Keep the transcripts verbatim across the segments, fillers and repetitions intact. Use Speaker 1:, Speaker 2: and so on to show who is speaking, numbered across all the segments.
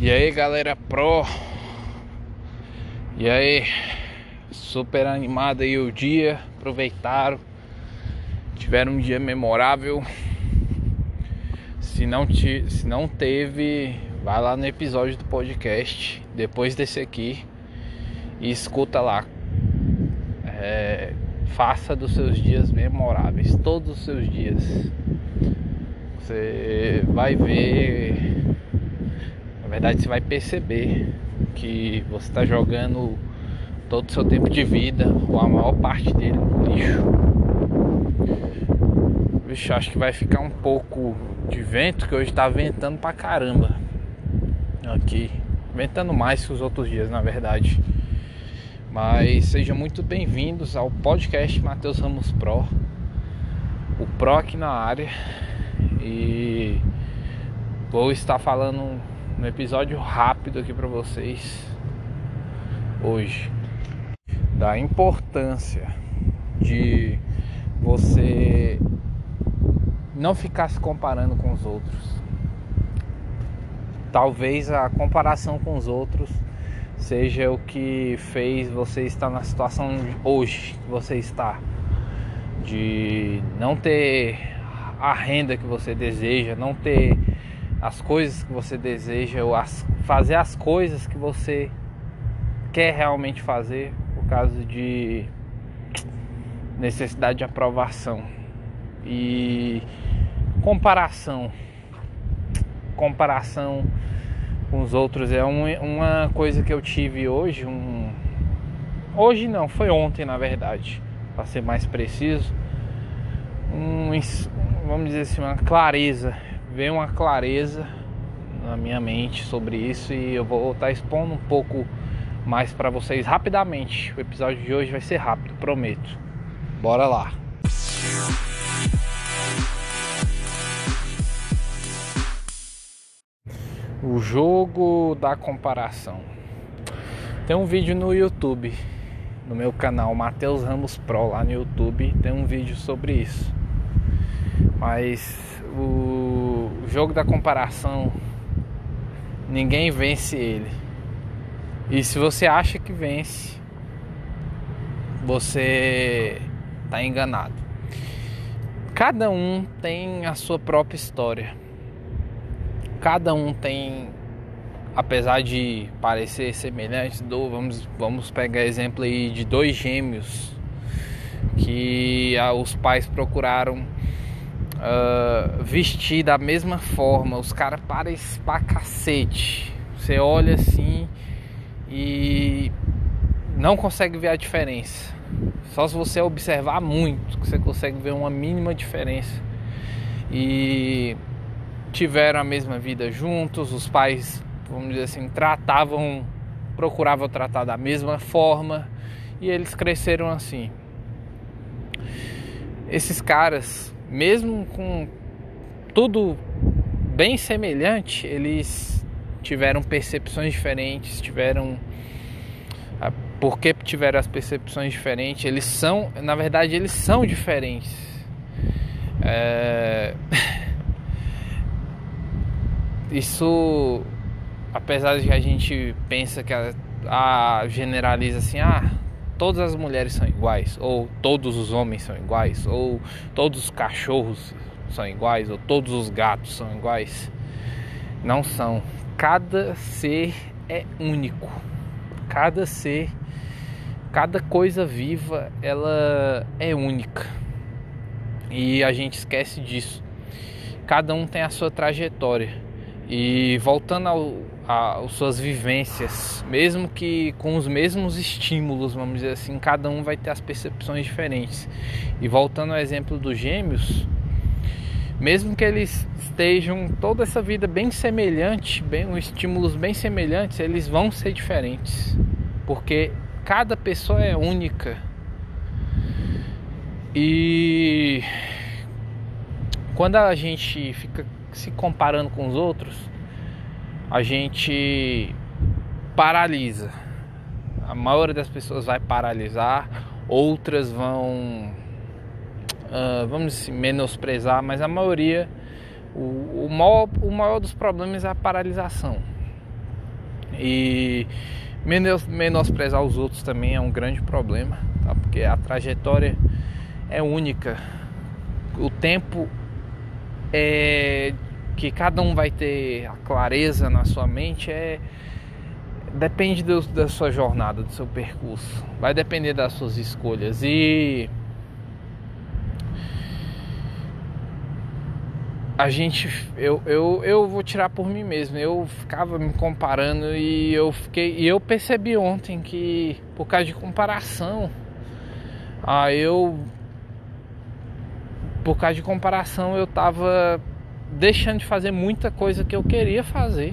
Speaker 1: E aí, galera pro? E aí, super animado aí o dia, aproveitaram, tiveram um dia memorável. Se não, te, se não teve, vai lá no episódio do podcast, depois desse aqui, e escuta lá. É, faça dos seus dias memoráveis, todos os seus dias. Você vai ver, na verdade você vai perceber que você está jogando todo o seu tempo de vida, ou a maior parte dele, no lixo. Vixe, acho que vai ficar um pouco de vento, que hoje tá ventando pra caramba aqui, ventando mais que os outros dias, na verdade. Mas sejam muito bem-vindos ao podcast Matheus Ramos Pro, o Pro aqui na área. E vou estar falando um episódio rápido aqui pra vocês hoje da importância de você não ficar se comparando com os outros. Talvez a comparação com os outros seja o que fez você estar na situação hoje que você está, de não ter a renda que você deseja, não ter as coisas que você deseja, ou as, fazer as coisas que você quer realmente fazer por causa de necessidade de aprovação. E comparação comparação com os outros é um, uma coisa que eu tive hoje um, hoje não, foi ontem na verdade, para ser mais preciso. um, vamos dizer assim, uma clareza veio uma clareza na minha mente sobre isso, e eu vou estar expondo um pouco mais para vocês rapidamente. O episódio de hoje vai ser rápido, prometo. Bora lá. O jogo da comparação. Tem um vídeo no YouTube, no meu canal Matheus Ramos Pro, lá no YouTube, tem um vídeo sobre isso. Mas o jogo da comparação, ninguém vence ele. E se você acha que vence, você está enganado. Cada um tem a sua própria história. Cada um tem, apesar de parecer semelhantes, do, vamos, vamos pegar exemplo aí de dois gêmeos que ah, os pais procuraram uh, vestir da mesma forma. Os caras parecem pra cacete. Você olha assim e não consegue ver a diferença. Só se você observar muito que você consegue ver uma mínima diferença. E tiveram a mesma vida juntos, os pais, vamos dizer assim, tratavam, procuravam tratar da mesma forma, e eles cresceram assim. Esses caras, mesmo com tudo bem semelhante, eles tiveram percepções diferentes, tiveram... Por que tiveram as percepções diferentes? Eles são, na verdade, eles são diferentes. É... Isso, apesar de que a gente pensa que a, a generaliza assim, ah, todas as mulheres são iguais, ou todos os homens são iguais, ou todos os cachorros são iguais, ou todos os gatos são iguais. Não são. Cada ser é único. Cada ser, cada coisa viva, ela é única. E a gente esquece disso. Cada um tem a sua trajetória. E voltando ao, a, às suas vivências, mesmo que com os mesmos estímulos, vamos dizer assim, cada um vai ter as percepções diferentes. E voltando ao exemplo dos gêmeos, mesmo que eles estejam toda essa vida bem semelhante, bem, com estímulos bem semelhantes, eles vão ser diferentes, porque cada pessoa é única. E quando a gente fica se comparando com os outros, a gente paralisa. A maioria das pessoas vai paralisar, outras vão uh, vamos dizer, menosprezar, mas a maioria, o, o, maior, o maior dos problemas é a paralisação. E menos, menosprezar os outros também é um grande problema, tá? Porque a trajetória é única. O tempo é que cada um vai ter a clareza na sua mente é depende do, da sua jornada, do seu percurso. Vai depender das suas escolhas. E a gente, eu, eu, eu vou tirar por mim mesmo. Eu ficava me comparando e eu fiquei, e eu percebi ontem que por causa de comparação, ah, eu por causa de comparação eu tava deixando de fazer muita coisa que eu queria fazer.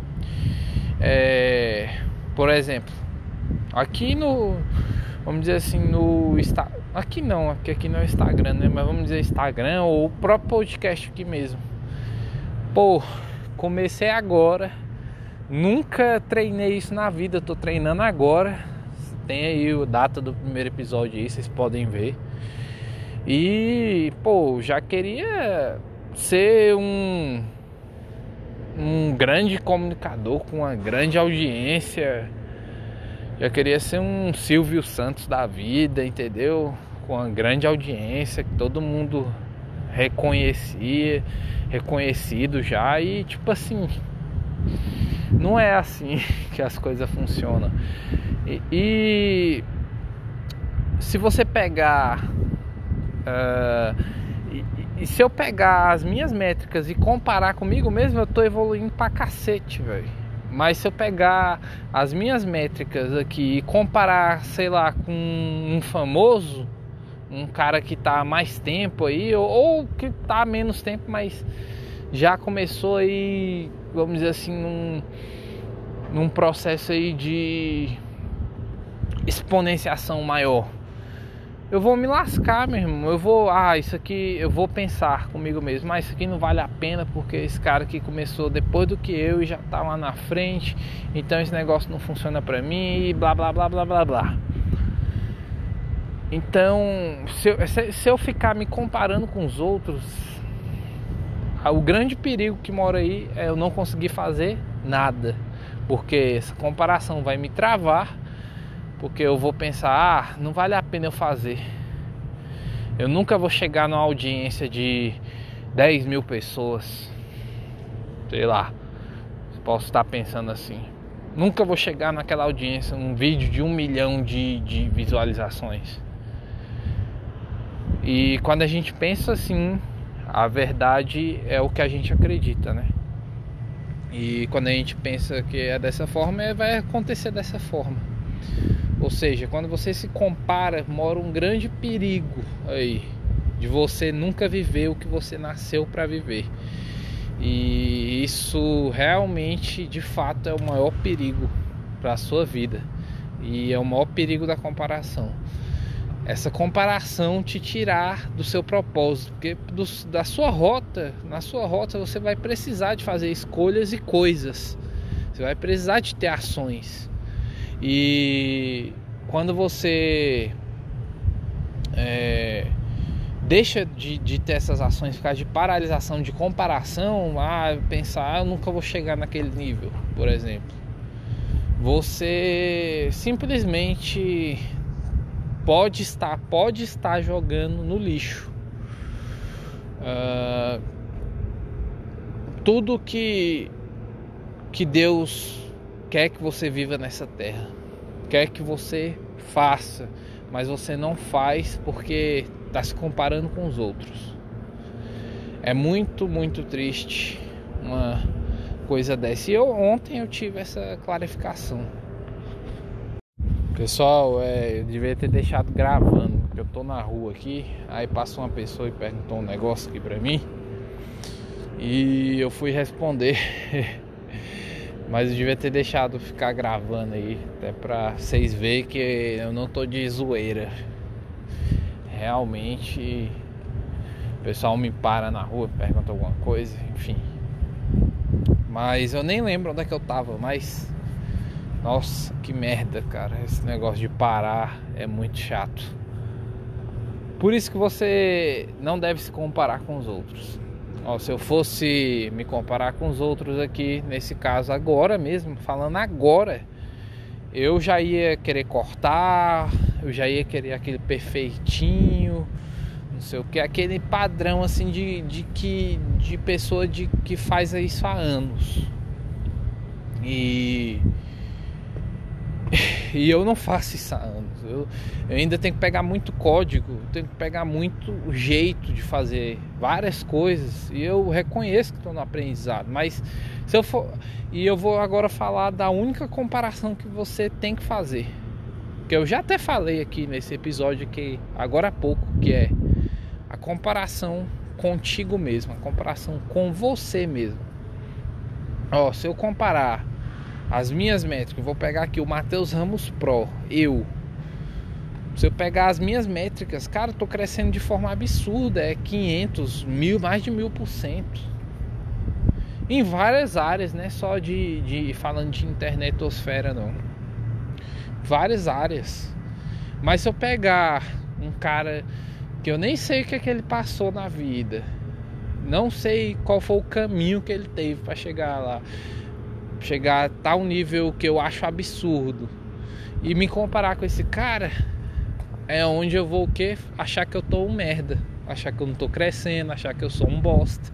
Speaker 1: É, por exemplo, aqui no, vamos dizer assim, no Instagram, aqui não, porque aqui não é Instagram, né? Mas vamos dizer Instagram ou o próprio podcast aqui mesmo. Pô, comecei agora, nunca treinei isso na vida, tô treinando agora. Tem aí a data do primeiro episódio aí, vocês podem ver. E, pô, já queria ser um um grande comunicador com uma grande audiência. Já queria ser um Silvio Santos da vida, entendeu? Com uma grande audiência que todo mundo reconhecia, reconhecido já. E tipo assim, não é assim que as coisas funcionam. E, e se você pegar uh, e, e se eu pegar as minhas métricas e comparar comigo mesmo, eu tô evoluindo pra cacete, velho. Mas se eu pegar as minhas métricas aqui e comparar, sei lá, com um famoso, um cara que tá há mais tempo aí, ou, ou que tá há menos tempo, mas já começou aí, vamos dizer assim, num, num processo aí de exponenciação maior, eu vou me lascar, meu irmão. Eu vou, ah, isso aqui, eu vou pensar comigo mesmo, mas isso aqui não vale a pena porque esse cara aqui começou depois do que eu e já tá lá na frente, então esse negócio não funciona pra mim e blá blá blá blá blá blá. Então, se eu, se, se eu ficar me comparando com os outros, o grande perigo que mora aí é eu não conseguir fazer nada, porque essa comparação vai me travar. Porque eu vou pensar, ah, não vale a pena eu fazer. Eu nunca vou chegar numa audiência de dez mil pessoas. Sei lá, posso estar pensando assim. Nunca vou chegar naquela audiência, um vídeo de um milhão de, de visualizações. E quando a gente pensa assim, a verdade é o que a gente acredita, né? E quando a gente pensa que é dessa forma, vai acontecer dessa forma. Ou seja, quando você se compara, mora um grande perigo aí de você nunca viver o que você nasceu para viver. E isso realmente, de fato, é o maior perigo para a sua vida. E é o maior perigo da comparação. Essa comparação te tirar do seu propósito, porque do, da sua rota, na sua rota você vai precisar de fazer escolhas e coisas. Você vai precisar de ter ações. E quando você é, deixa de, de ter essas ações, ficar de paralisação, de comparação, ah, pensar, ah, eu nunca vou chegar naquele nível, por exemplo, você simplesmente pode estar, pode estar jogando no lixo uh, tudo que, que Deus quer que você viva nessa terra, quer que você faça, mas você não faz porque está se comparando com os outros. É muito, muito triste uma coisa dessa. E eu, ontem eu tive essa clarificação. Pessoal, é, eu devia ter deixado gravando, porque eu tô na rua aqui, aí passou uma pessoa e perguntou um negócio aqui pra mim, e eu fui responder. Mas eu devia ter deixado ficar gravando aí, até pra vocês verem que eu não tô de zoeira. Realmente, o pessoal me para na rua, pergunta alguma coisa, enfim. Mas eu nem lembro onde é que eu tava, mas... Nossa, que merda, cara. Esse negócio de parar é muito chato. Por isso que você não deve se comparar com os outros. Ó, se eu fosse me comparar com os outros aqui, nesse caso agora mesmo, falando agora, eu já ia querer cortar, eu já ia querer aquele perfeitinho, não sei o que, aquele padrão assim de, de, que, de pessoa de, que faz isso há anos. E, e eu não faço isso há anos. Eu, eu ainda tenho que pegar muito código, tenho que pegar muito jeito de fazer várias coisas. E eu reconheço que estou no aprendizado. Mas se eu for. E eu vou agora falar da única comparação que você tem que fazer. Que eu já até falei aqui nesse episódio que agora há pouco, que é a comparação contigo mesmo, a comparação com você mesmo. Ó, se eu comparar as minhas métricas, eu vou pegar aqui o Matheus Ramos Pro, eu. Se eu pegar as minhas métricas, cara, eu tô crescendo de forma absurda, é quinhentos, mil, mais de mil por cento. Em várias áreas, né? Só de, de falando de internetosfera, não. Várias áreas. Mas se eu pegar um cara que eu nem sei o que é que ele passou na vida, não sei qual foi o caminho que ele teve para chegar lá, chegar a tal nível que eu acho absurdo, e me comparar com esse cara, é onde eu vou o quê? Achar que eu tô um merda, achar que eu não tô crescendo, achar que eu sou um bosta.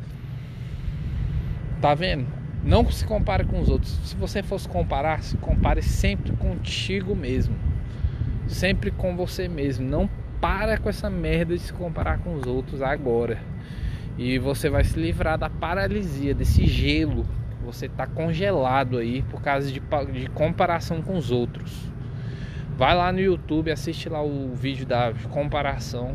Speaker 1: Tá vendo? Não se compare com os outros. Se você fosse comparar, se compare sempre contigo mesmo, sempre com você mesmo. Não para com essa merda de se comparar com os outros agora. E você vai se livrar da paralisia, desse gelo. Você tá congelado aí por causa de, de comparação com os outros. Vai lá no YouTube, assiste lá o vídeo da comparação.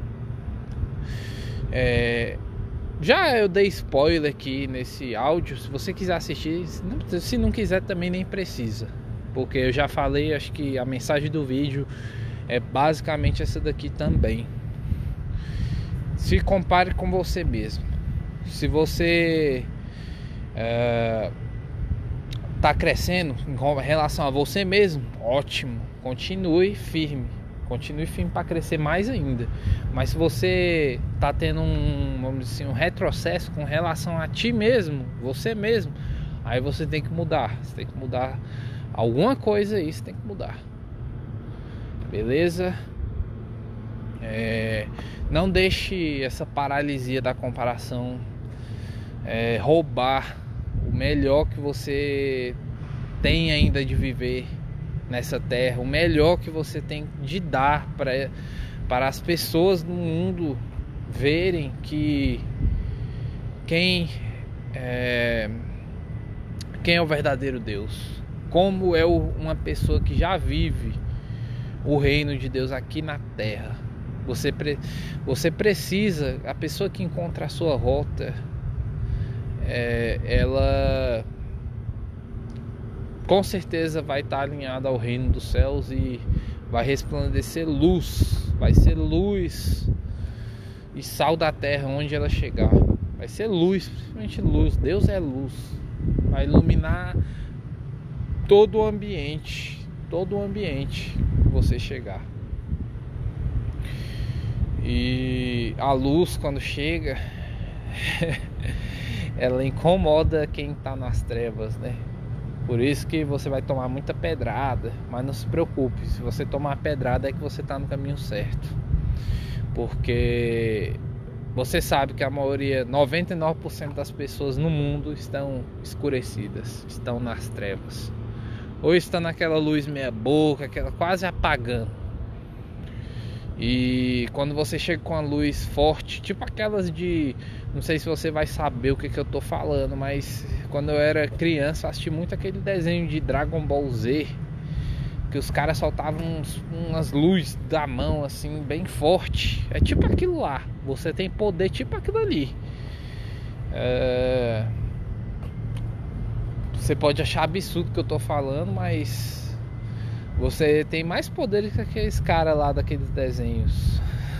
Speaker 1: É, já eu dei spoiler aqui nesse áudio. Se você quiser assistir, se não quiser também nem precisa, porque eu já falei, acho que a mensagem do vídeo é basicamente essa daqui também. Se compare com você mesmo. Se você é, tá crescendo em relação a você mesmo, ótimo, continue firme, continue firme para crescer mais ainda. Mas se você tá tendo um, vamos dizer assim, um retrocesso com relação a ti mesmo, você mesmo, aí você tem que mudar, você tem que mudar alguma coisa aí, você tem que mudar, beleza? É, não deixe essa paralisia da comparação é, roubar o melhor que você tem ainda de viver nessa terra, o melhor que você tem de dar para para as pessoas no mundo verem que quem é, quem é o verdadeiro Deus, como é o, uma pessoa que já vive o reino de Deus aqui na terra. Você, pre, você precisa, a pessoa que encontra a sua rota, é, ela com certeza vai estar alinhada ao reino dos céus e vai resplandecer luz, vai ser luz e sal da terra onde ela chegar. Vai ser luz, principalmente luz. Deus é luz, vai iluminar todo o ambiente, todo o ambiente que você chegar. E a luz, quando chega, ela incomoda quem está nas trevas, né? Por isso que você vai tomar muita pedrada, mas não se preocupe, se você tomar pedrada é que você está no caminho certo. Porque você sabe que a maioria, noventa e nove por cento das pessoas no mundo estão escurecidas, estão nas trevas. Ou estão naquela luz meia boca, aquela quase apagando. E quando você chega com a luz forte, tipo aquelas de... Não sei se você vai saber o que, que eu tô falando, mas quando eu era criança eu assisti muito aquele desenho de Dragon Ball Z, que os caras soltavam uns, umas luzes da mão assim, bem forte. É tipo aquilo lá, você tem poder tipo aquilo ali. É... Você pode achar absurdo o que eu tô falando, mas você tem mais poder que aqueles caras lá daqueles desenhos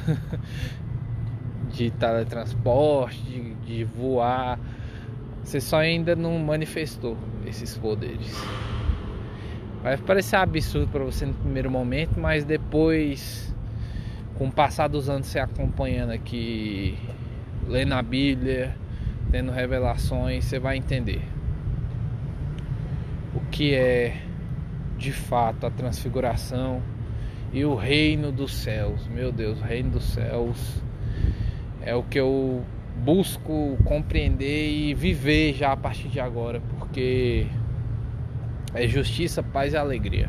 Speaker 1: de teletransporte, de, de voar. Você só ainda não manifestou esses poderes. Vai parecer absurdo para você no primeiro momento, mas depois, com o passar dos anos, você acompanhando aqui, lendo a Bíblia, tendo revelações, você vai entender o que é de fato a transfiguração e o reino dos céus. Meu Deus, o reino dos céus é o que eu busco compreender e viver já a partir de agora, porque é justiça, paz e alegria.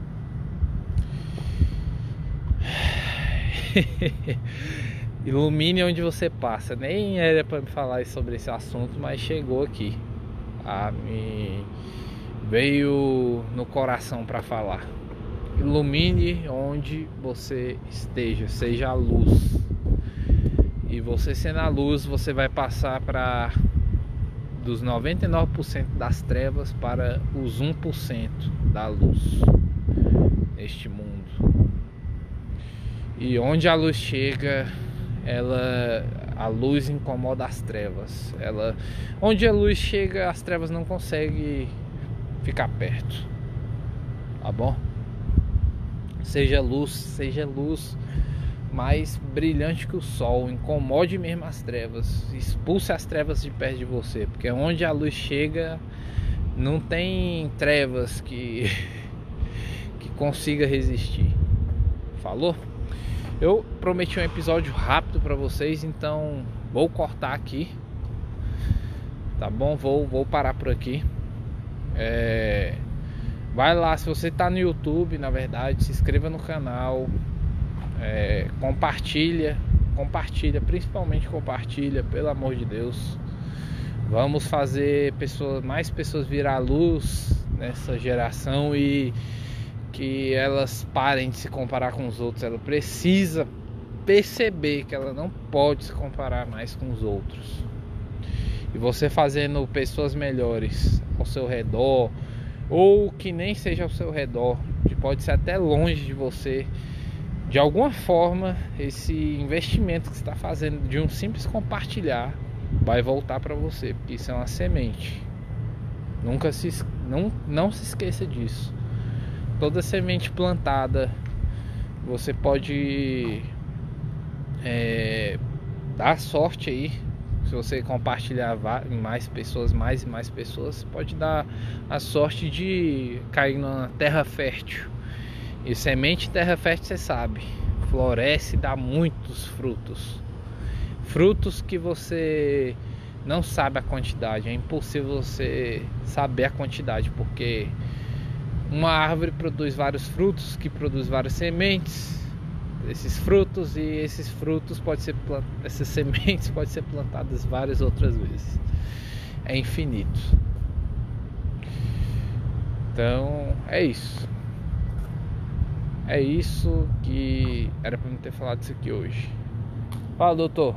Speaker 1: Ilumine onde você passa. Nem era para me falar sobre esse assunto, mas chegou aqui. Ah, me veio no coração para falar. Ilumine onde você esteja, seja a luz. E você sendo a luz, você vai passar para dos noventa e nove por cento das trevas para os um por cento da luz neste mundo. E onde a luz chega, ela, a luz incomoda as trevas. Ela, onde a luz chega, as trevas não conseguem ficar perto. Tá bom? Seja luz, seja luz mais brilhante que o sol, incomode mesmo as trevas, expulse as trevas de perto de você, porque onde a luz chega, não tem trevas que que consiga resistir. Falou? Eu prometi um episódio rápido para vocês, então vou cortar aqui, tá bom? Vou, vou parar por aqui. É... Vai lá, se você tá no YouTube, na verdade, se inscreva no canal, é... compartilha, compartilha, principalmente compartilha, pelo amor de Deus. Vamos fazer pessoas, mais pessoas virar luz nessa geração e que elas parem de se comparar com os outros. Ela precisa perceber que ela não pode se comparar mais com os outros. E você fazendo pessoas melhores ao seu redor, ou que nem seja ao seu redor, que pode ser até longe de você, de alguma forma esse investimento que você está fazendo de um simples compartilhar vai voltar para você, porque isso é uma semente. Nunca se não, não se esqueça disso. Toda semente plantada, você pode é, dar sorte aí. Se você compartilhar em mais pessoas, mais e mais pessoas, pode dar a sorte de cair numa terra fértil. E semente em terra fértil, você sabe, floresce e dá muitos frutos. Frutos que você não sabe a quantidade. É impossível você saber a quantidade, porque uma árvore produz vários frutos, que produz várias sementes. Esses frutos e esses frutos pode ser plant... essas sementes podem ser plantadas várias outras vezes. É infinito. Então é isso. É isso que era para me ter falado isso aqui hoje. Fala, doutor.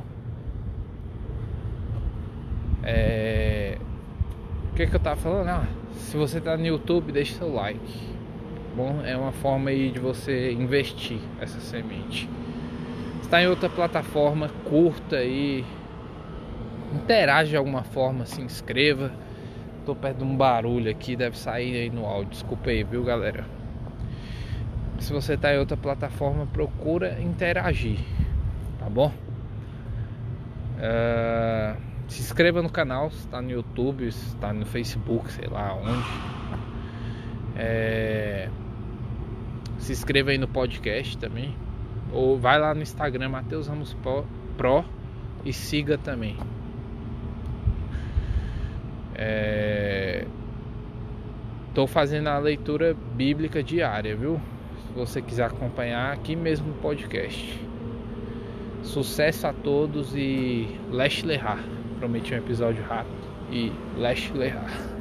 Speaker 1: É... O que que eu tava falando? Ah, se você tá no YouTube, deixa seu like. Bom, é uma forma aí de você investir essa semente. Está em outra plataforma, curta aí, interage de alguma forma, se inscreva. Tô perto de um barulho aqui, deve sair aí no áudio, desculpa aí, viu, galera? Se você está em outra plataforma, procura interagir, tá bom? Uh, se inscreva no canal, se está no YouTube, se está no Facebook, sei lá onde. É... Se inscreva aí no podcast também. Ou vai lá no Instagram, Matheus Ramos Pro, e siga também. É... Tô fazendo a leitura bíblica diária, viu? Se você quiser acompanhar aqui mesmo no podcast. Sucesso a todos e Lesh Lehar. Prometi um episódio rápido. E Lesh Lehar.